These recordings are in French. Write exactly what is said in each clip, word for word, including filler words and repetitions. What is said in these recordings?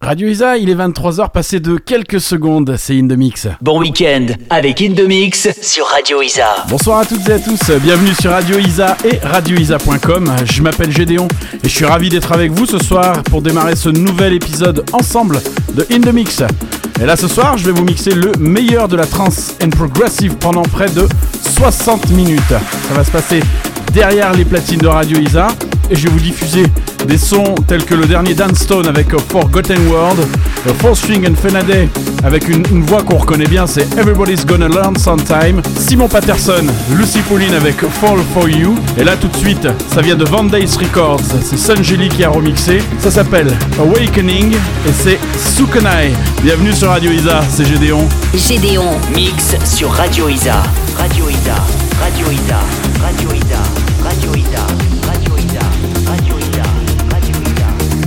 Radio Isa, il est vingt-trois heures passé de quelques secondes, c'est In The Mix. Bon week-end avec In The Mix sur Radio Isa. Bonsoir à toutes et à tous, bienvenue sur Radio Isa et radio isa point com. Je m'appelle Gédéon et je suis ravi d'être avec vous ce soir pour démarrer ce nouvel épisode ensemble de In The Mix. Et là ce soir, je vais vous mixer le meilleur de la trance and progressive pendant près de soixante minutes. Ça va se passer derrière les platines de Radio Isa et je vais vous diffuser des sons tels que le dernier Dan Stone avec Forgotten World, Four String and Fenade avec une, une voix qu'on reconnaît bien, c'est Everybody's Gonna Learn Sometime, Simon Patterson, Lucy Pauline avec Fall For You, et là tout de suite, ça vient de Van Days Records, c'est Sanjeli qui a remixé, ça s'appelle Awakening et c'est Sukanai. Bienvenue sur Radio Isa, c'est Gédéon. Gédéon mix sur Radio Isa. Radio Isa, Radio Isa, Radio Isa, Radio Isa, Radio Isa, Radio Isa, Radio Isa, Radio Isa, Radio Isa.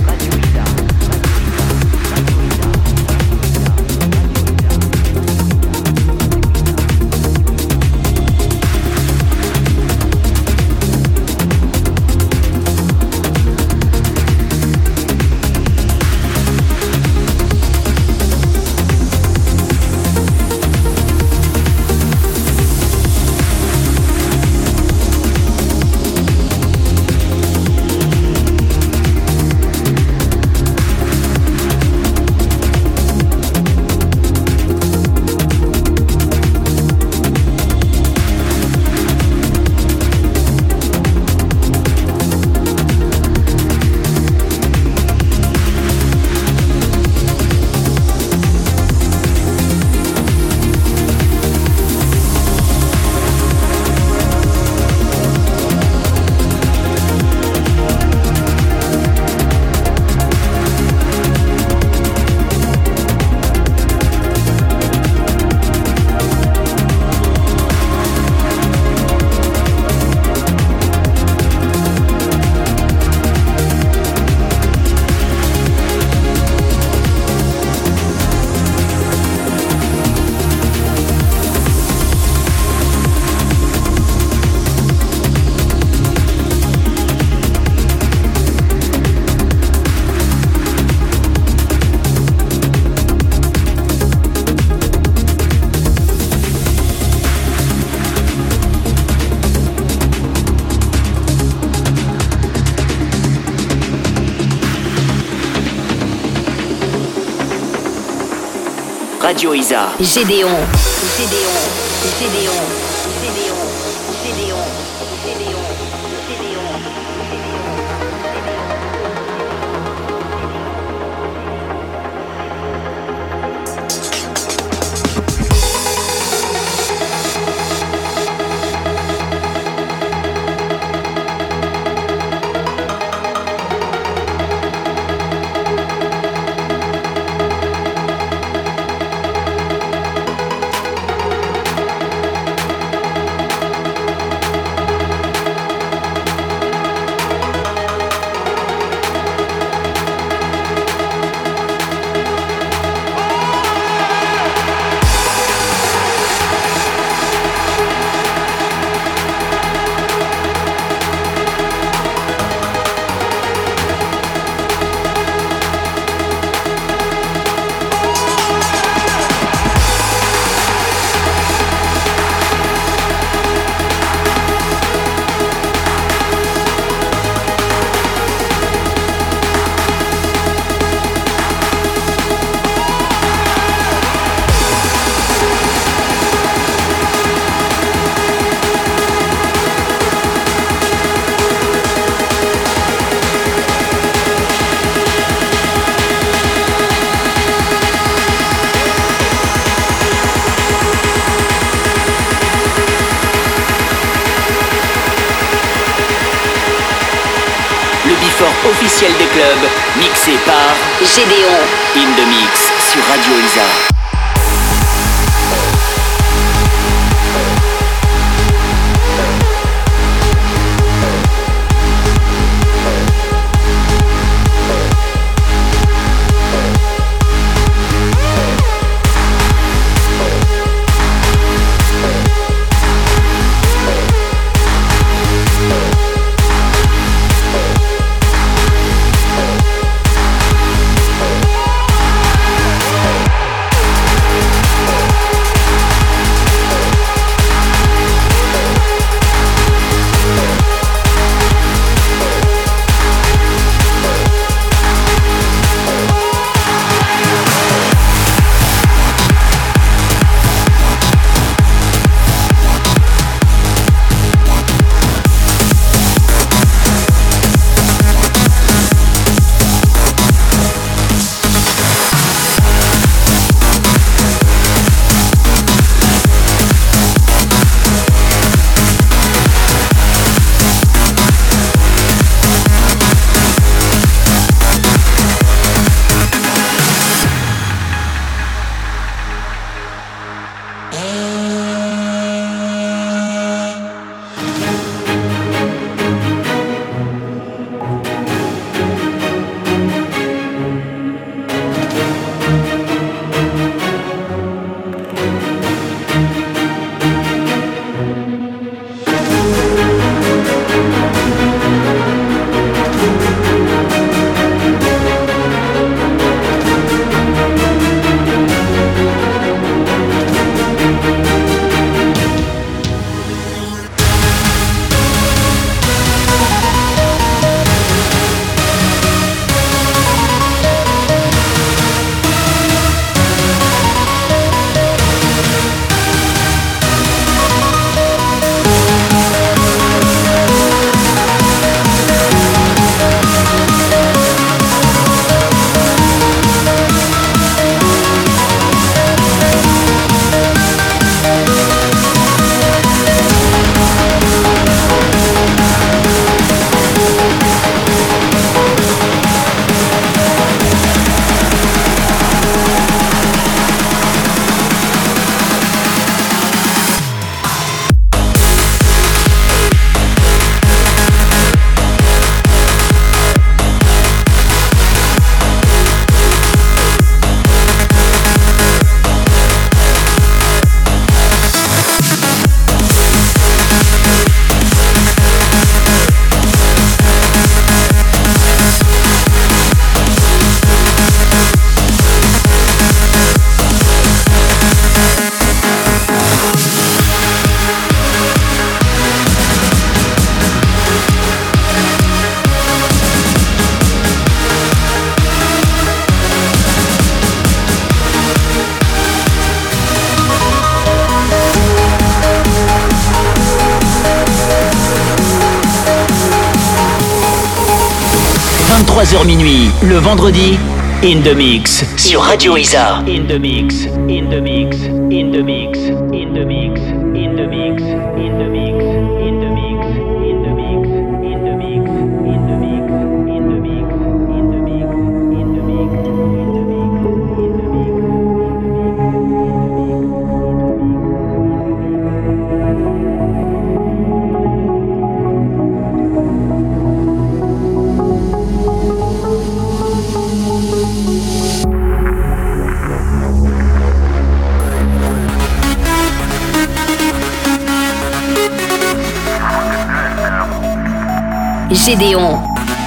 Radio Isa. Gédéon. Gédéon. Gédéon. Gédéon. Gédéon. Gédéon. Officiel des clubs, mixé par Gédéon. In The Mix sur Radio Isa. heures minuit, le vendredi, In The Mix sur Radio Isa. In The Mix, In The Mix, In The Mix, In The Mix, In The Mix, In The Mix, In The Mix, In The Mix, In The Mix, In The Mix, In The Mix, In The Mix, In The Mix, In The Gédéon.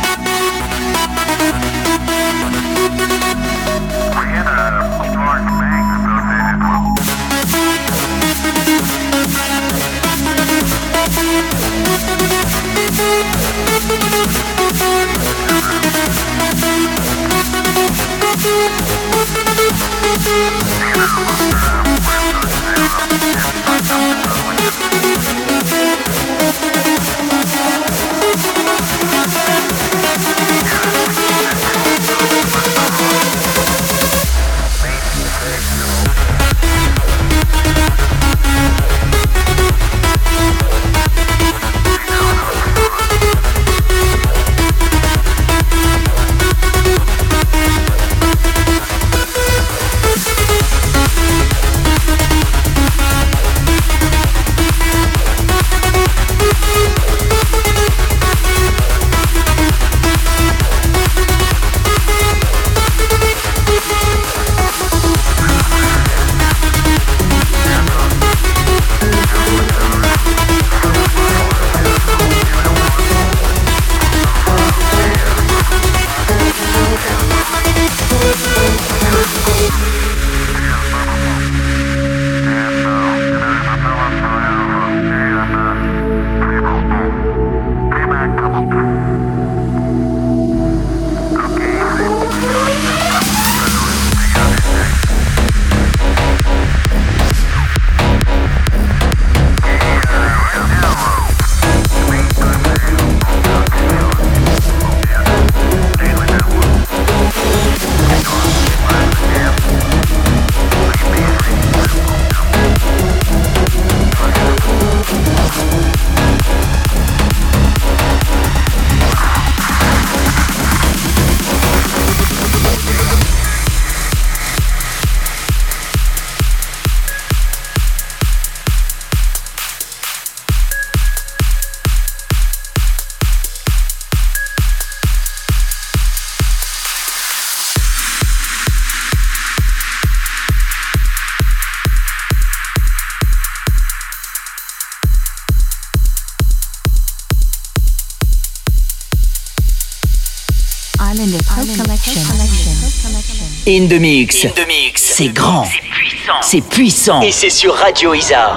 In The Mix, In The Mix. C'est grand, c'est puissant, et c'est sur Radio Isa.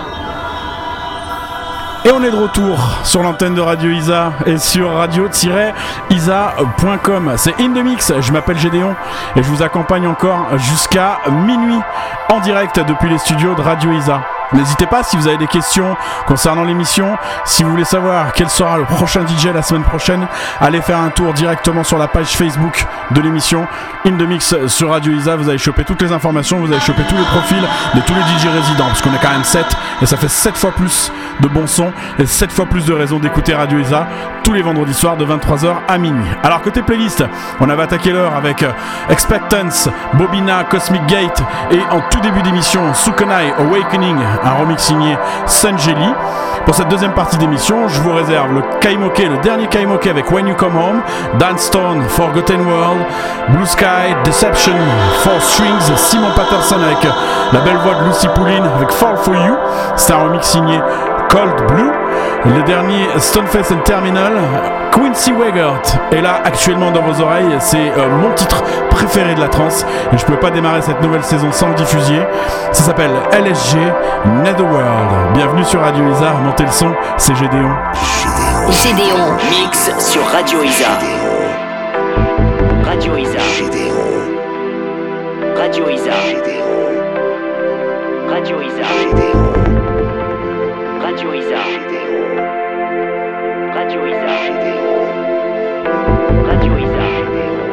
Et on est de retour sur l'antenne de Radio Isa et sur radio tiret isa point com. C'est In The Mix, je m'appelle Gédéon et je vous accompagne encore jusqu'à minuit en direct depuis les studios de Radio Isa. N'hésitez pas si vous avez des questions concernant l'émission, si vous voulez savoir quel sera le prochain D J la semaine prochaine, allez faire un tour directement sur la page Facebook de l'émission In The Mix sur Radio Isa. Vous allez choper toutes les informations, vous allez choper tous les profils de tous les D J résidents, parce qu'on est quand même sept et ça fait sept fois plus de bons sons et sept fois plus de raisons d'écouter Radio Isa tous les vendredis soirs de vingt-trois heures à minuit. Alors côté playlist, on avait attaqué l'heure avec Expectance, Bobina, Cosmic Gate et en tout début d'émission Sukanai Awakening, un remix signé Sungeli. Pour cette deuxième partie d'émission, je vous réserve le Kaimoke, le dernier Kaimoke avec When You Come Home, Dancetone, Forgotten World, Blue Sky, Deception, Four Strings, Simon Patterson avec la belle voix de Lucy Poulin avec Fall For You. C'est un remix signé Cold Blue. Le dernier Stoneface and Terminal, Quincy Wegert est là actuellement dans vos oreilles. C'est euh, mon titre préféré de la trance et je ne pouvais pas démarrer cette nouvelle saison sans le diffuser. Ça s'appelle L S G Netherworld. Bienvenue sur Radio Isa, montez le son, c'est Gédéon. Gédéon. Mix sur Radio Isa. Radio Isa. Radio Isa. Radio Isa. Radio Isa. Radio Isa. Radio Isa. Radio Isa.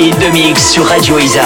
In the Mix sur Radio Isa.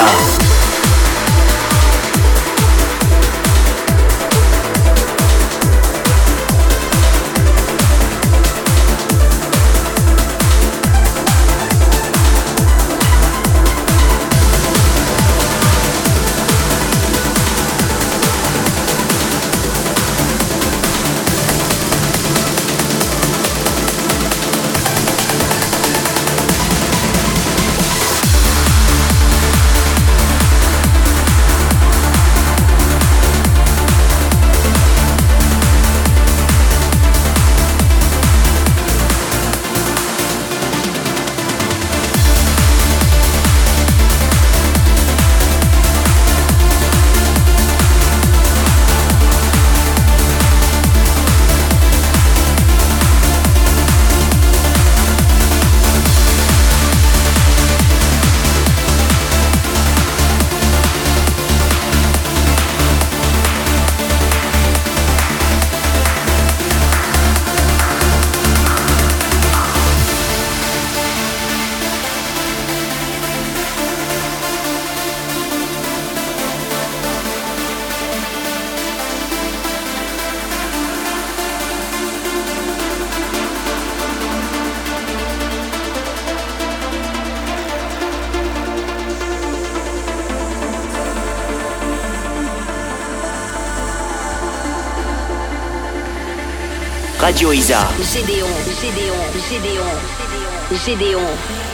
Radio Isa. Gédéon, Gédéon, Gédéon, Gédéon,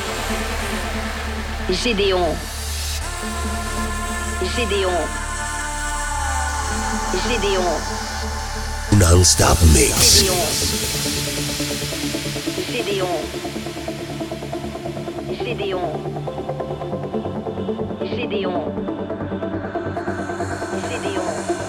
Gédéon, Gédéon, Gédéon. Non-stop mix. Gédéon, Gédéon, Gédéon, Gédéon, Gédéon.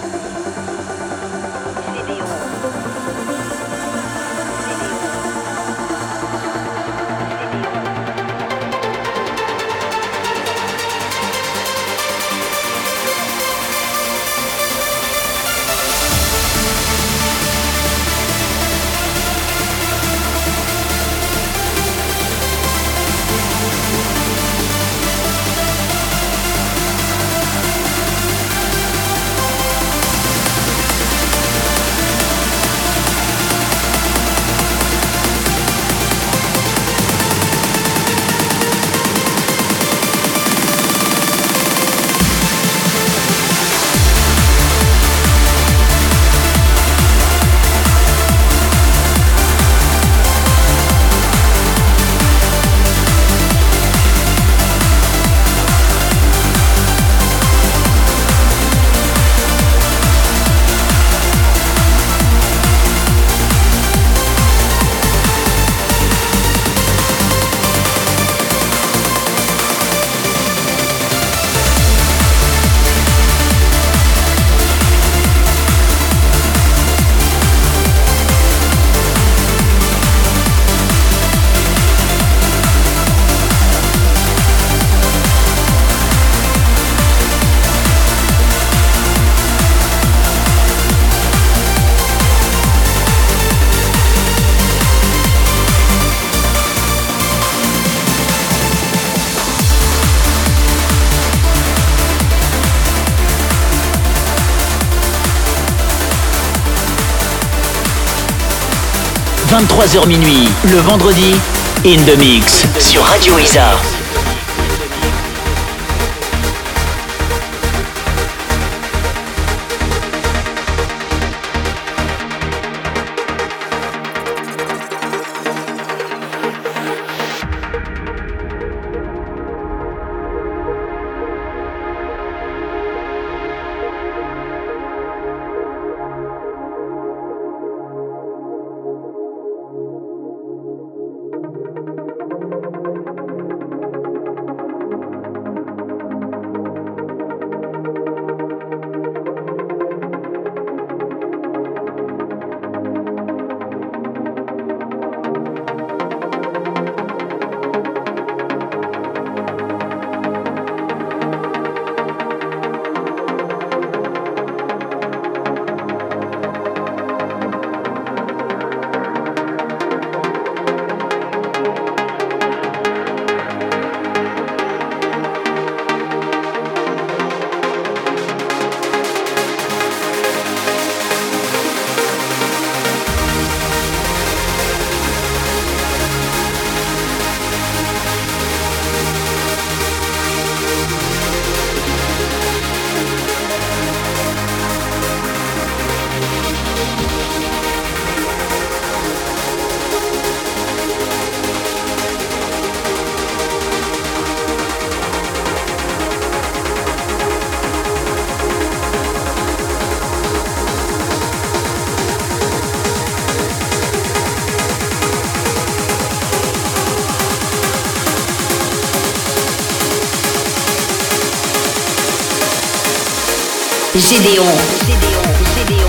vingt-trois heures minuit, le vendredi, In the Mix sur Radio Isa. Gédéon, Gédéon, Gédéon.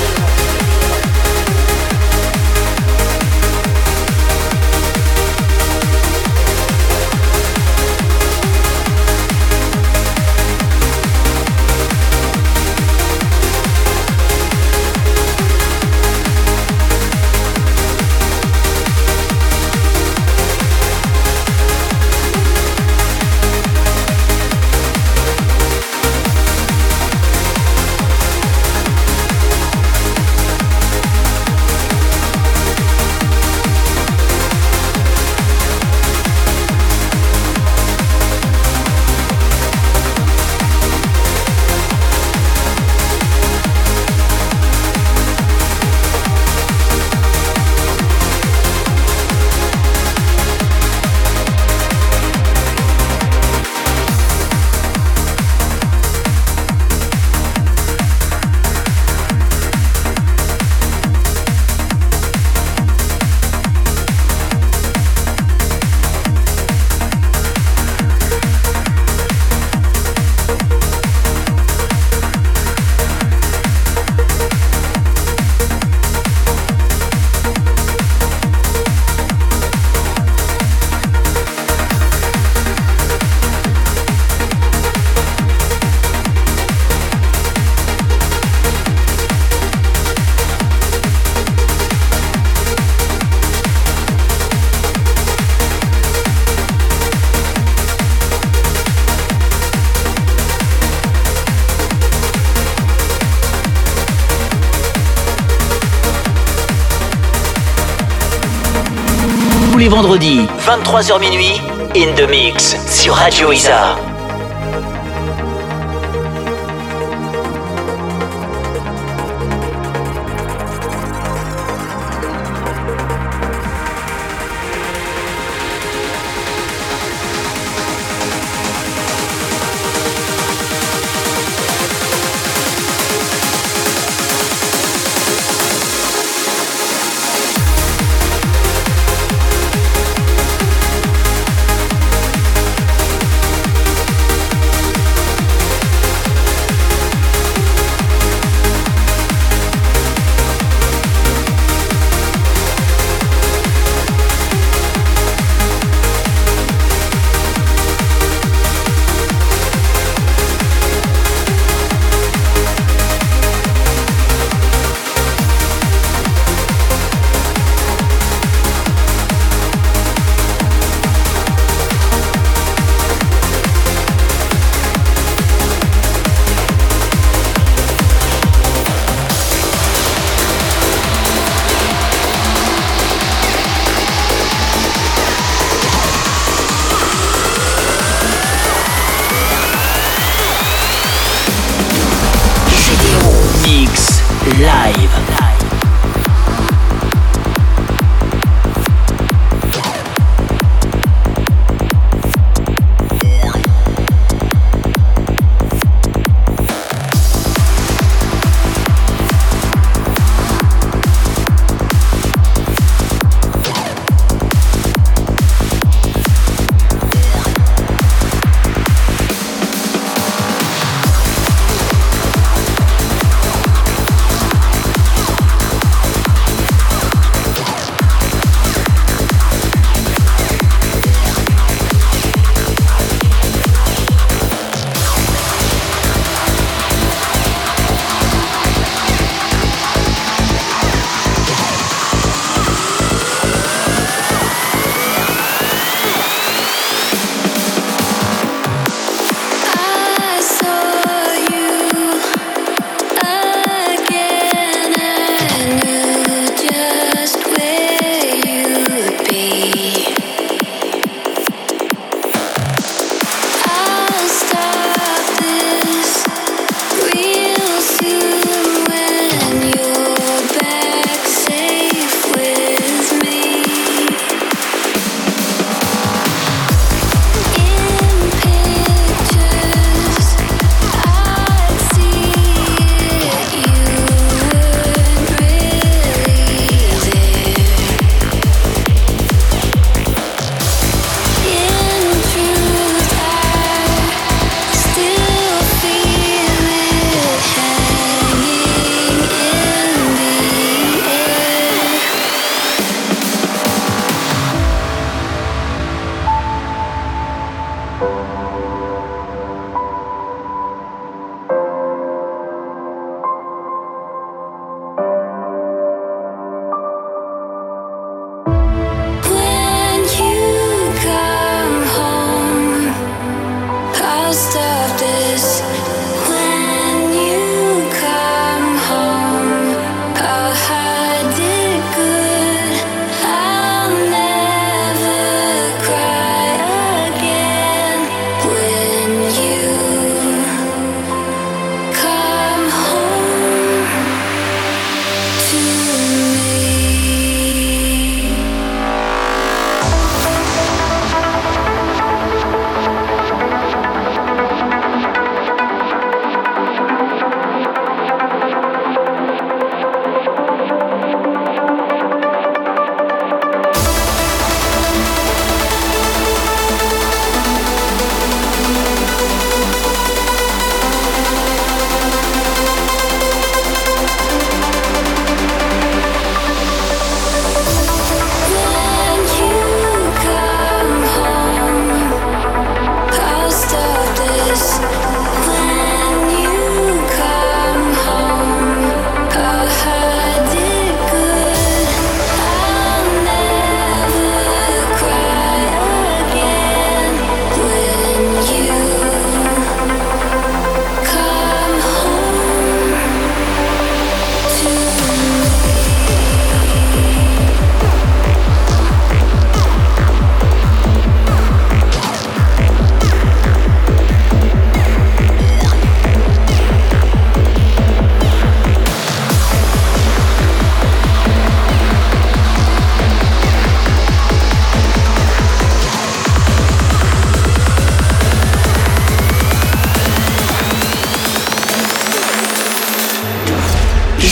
Tous les vendredis, vingt-trois heures minuit, In The Mix sur Radio Isa.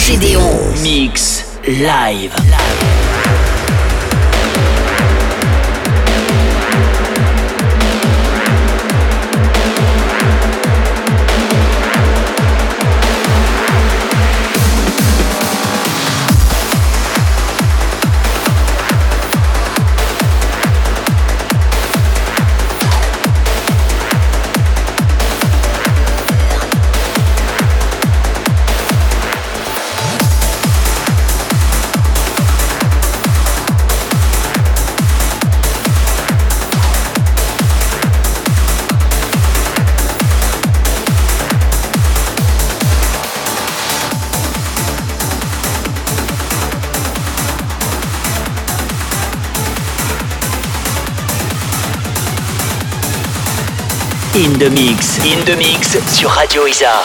Gédéon. Mix live. In the Mix, In the Mix sur Radio Isa.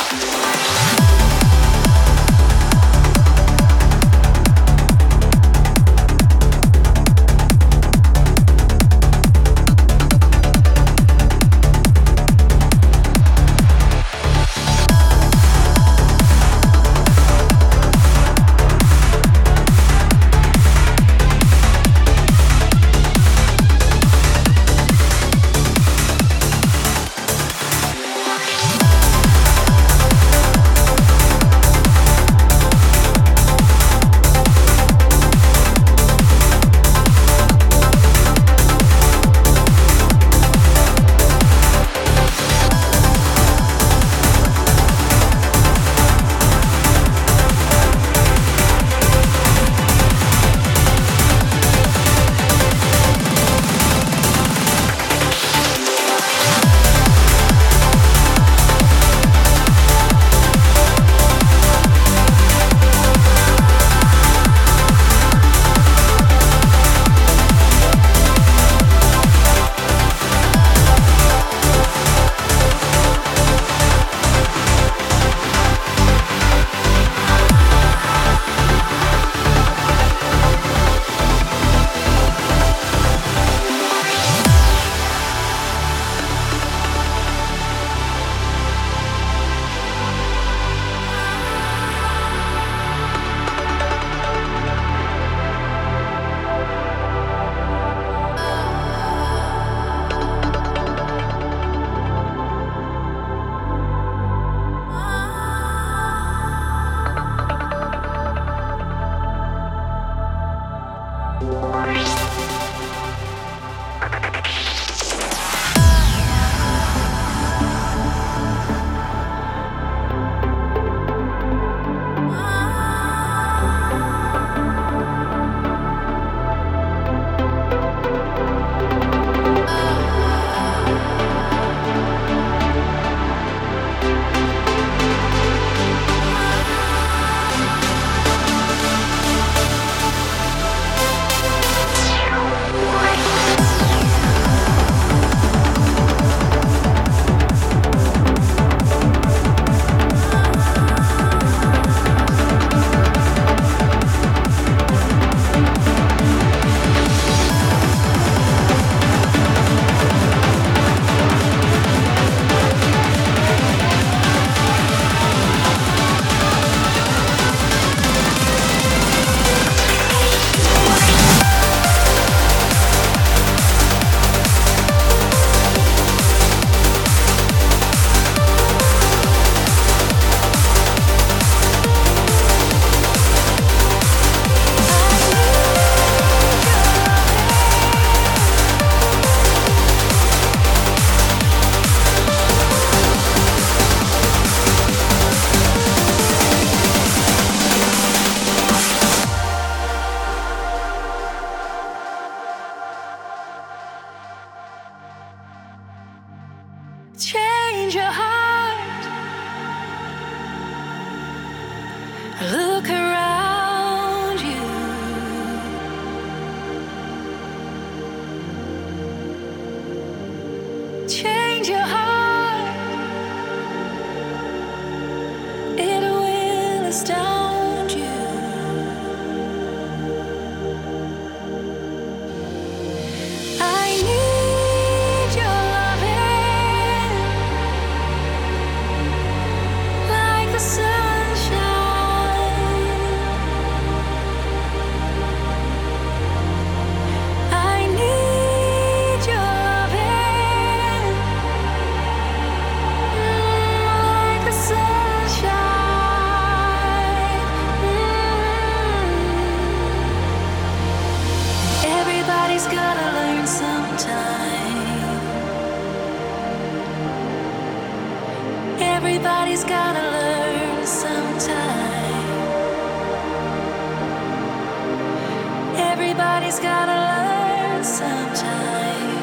Everybody's gotta learn sometime.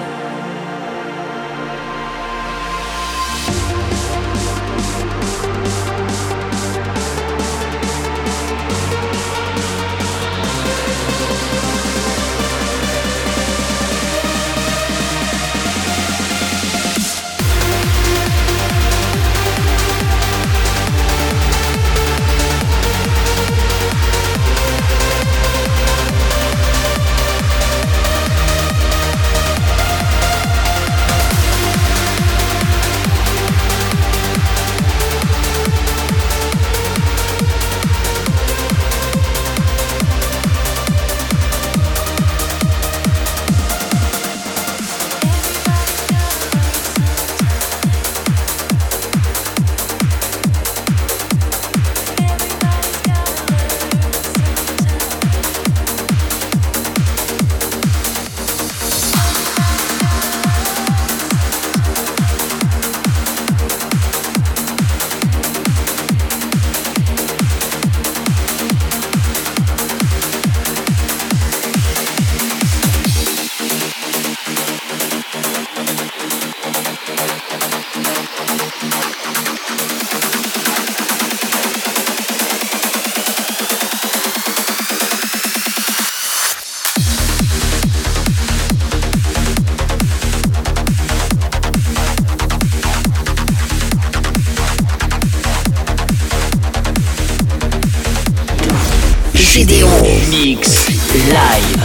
Gédéon Mix Live.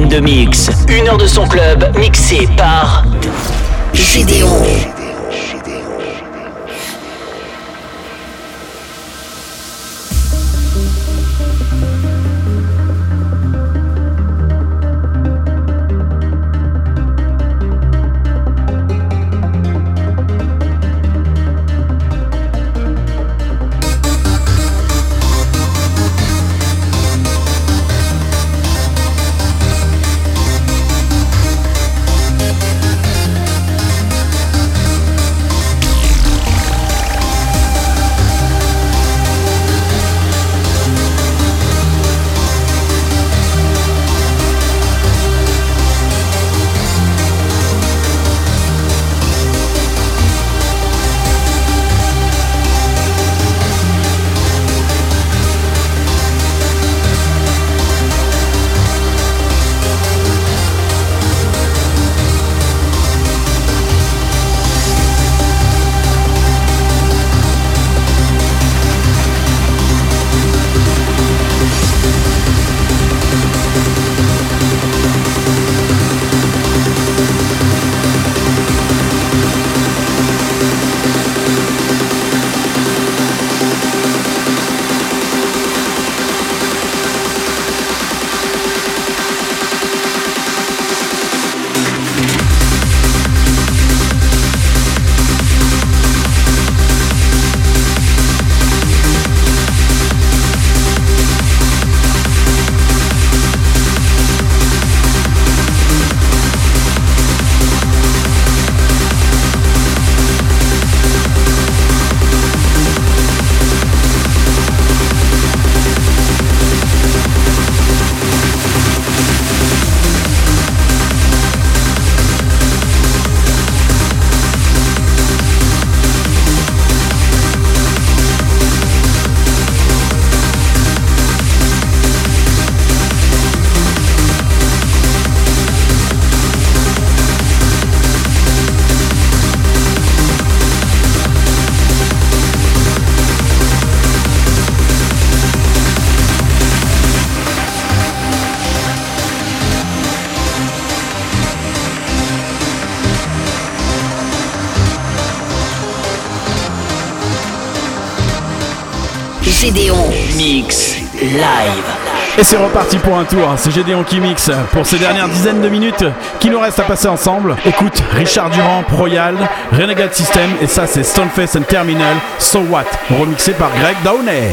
In The Mix. Une heure de son club mixé par Gédéon. Gédéon. Mix Live. Et c'est reparti pour un tour, c'est Gédéon qui mixe pour ces dernières dizaines de minutes qui nous restent à passer ensemble. Écoute, Richard Durand, Proyal, Renegade System, et ça c'est Stoneface and Terminal, So What, remixé par Greg Downey.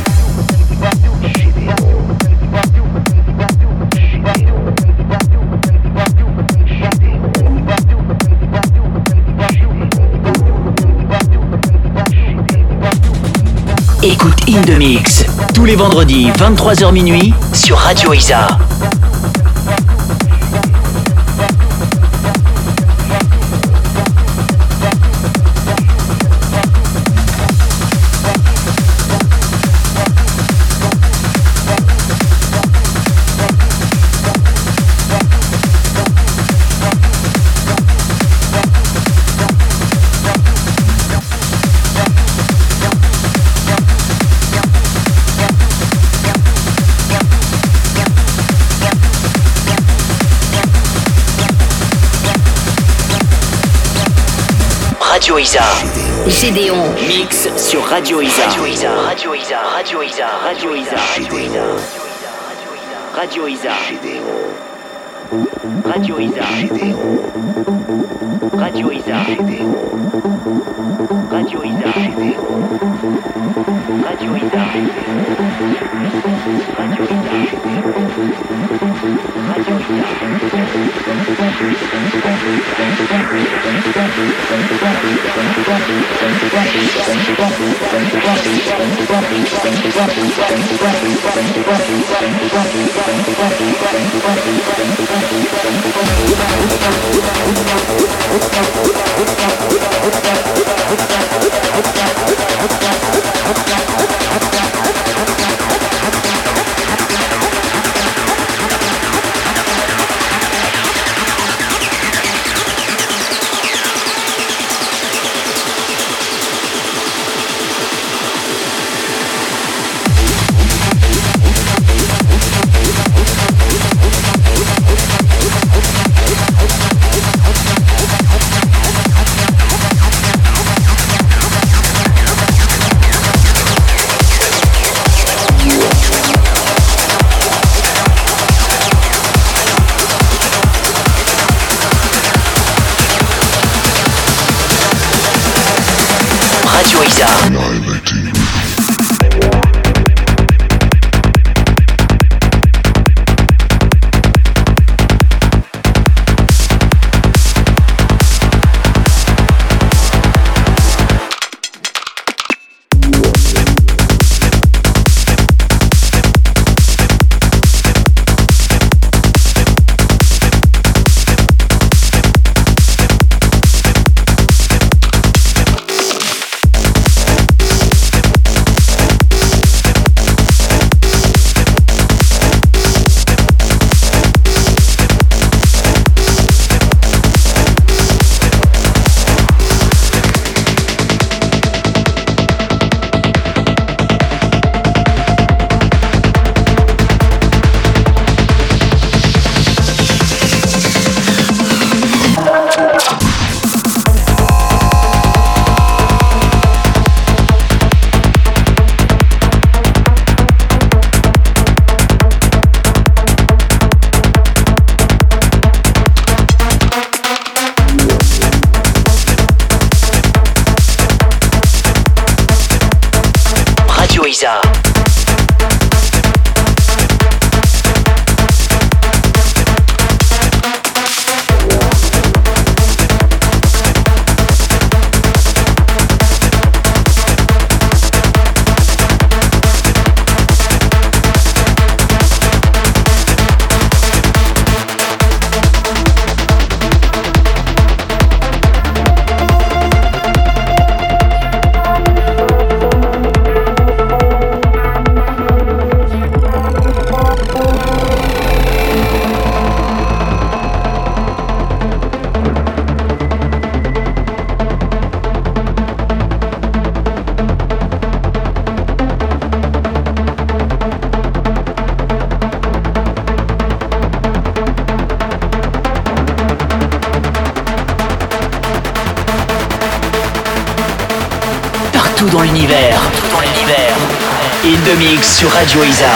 Écoute In The Mix tous les vendredis vingt-trois heures minuit sur Radio Isa. Radio Isa. Gédéon. Mix sur Radio Isa. Radio Isa. Radio Isa. Radio Isa. Radio Isa. Radio Isa. Radio Isa. Radio Isa. Radio Isa. Radio Isa. Radio Isa. Isa. Tout dans l'univers, tout dans l'univers. In the Mix sur Radio Isa.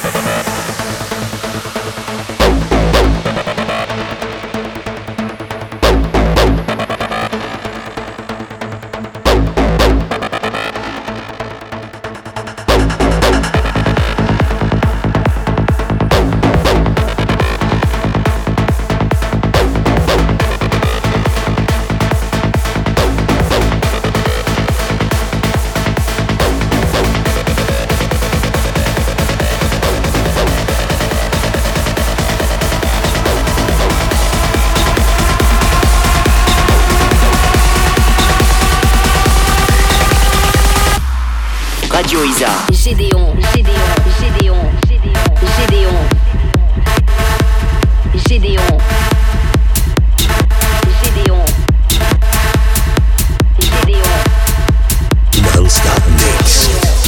Radio Isa. Gédéon, Gédéon, Gédéon, Gédéon, Gédéon, Gédéon, Gédéon, Gédéon. Non-stop mix.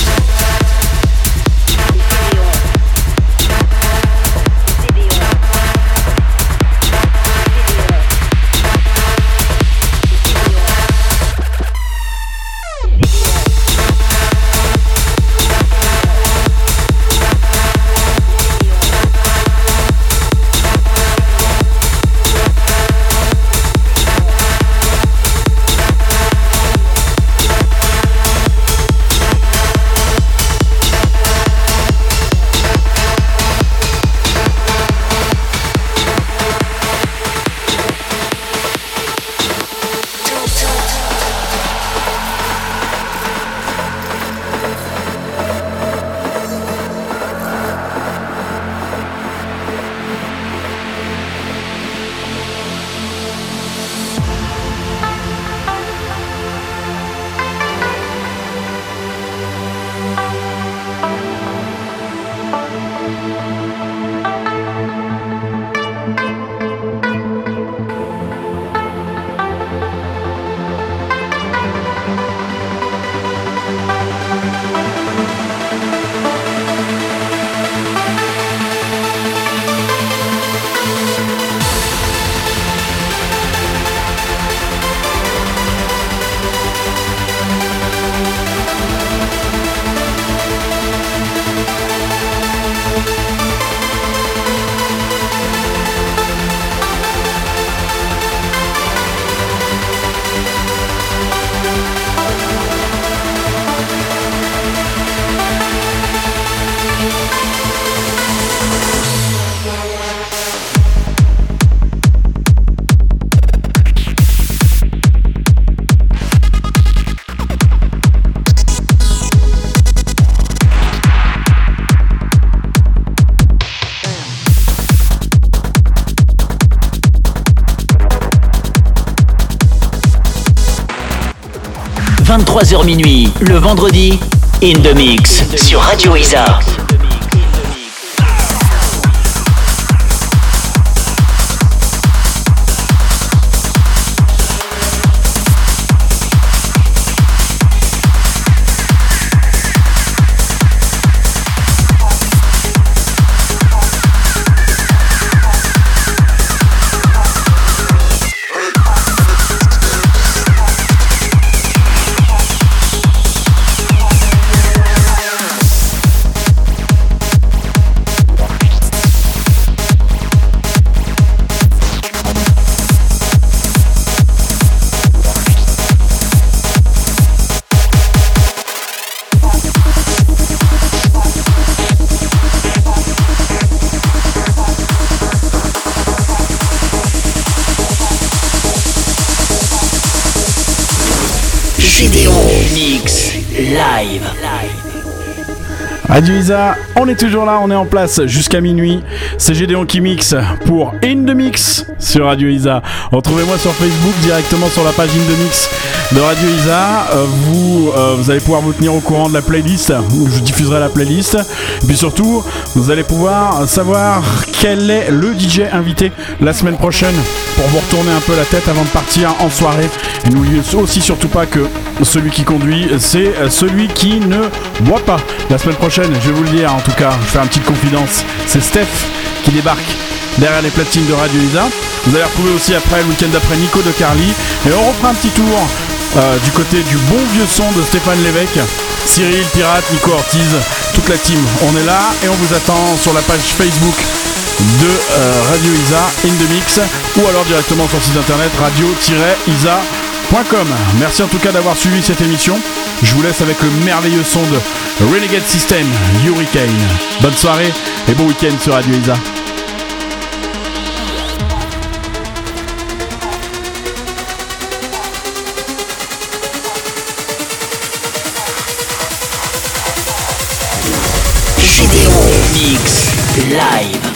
vingt-trois heures minuit, le vendredi, In the Mix sur Radio Isa. Radio Isa, on est toujours là, on est en place jusqu'à minuit. C'est Gédéon qui mixe pour In The Mix sur Radio Isa. Retrouvez-moi sur Facebook, directement sur la page In The Mix de Radio Isa. Euh, vous, euh, vous allez pouvoir vous tenir au courant de la playlist, où je diffuserai la playlist. Et puis surtout, vous allez pouvoir savoir quel est le D J invité la semaine prochaine pour vous retourner un peu la tête avant de partir en soirée. Et n'oubliez aussi surtout pas que celui qui conduit, c'est celui qui ne boit pas. La semaine prochaine, je vais vous le dire en tout cas, je vais faire une petite confidence, c'est Steph qui débarque derrière les platines de Radio Isa. Vous allez retrouver aussi après, le week-end d'après, Nico de Carly. Et on refera un petit tour euh, du côté du bon vieux son de Stéphane Lévesque, Cyril Pirate, Nico Ortiz, toute la team. On est là et on vous attend sur la page Facebook de euh, Radio Isa In The Mix, ou alors directement sur le site internet radio tiret isa point com. Merci en tout cas d'avoir suivi cette émission. Je vous laisse avec le merveilleux son de Renegade System, Hurricane. Bonne soirée et bon week-end sur Radio Isa. Gédéon Mix Live.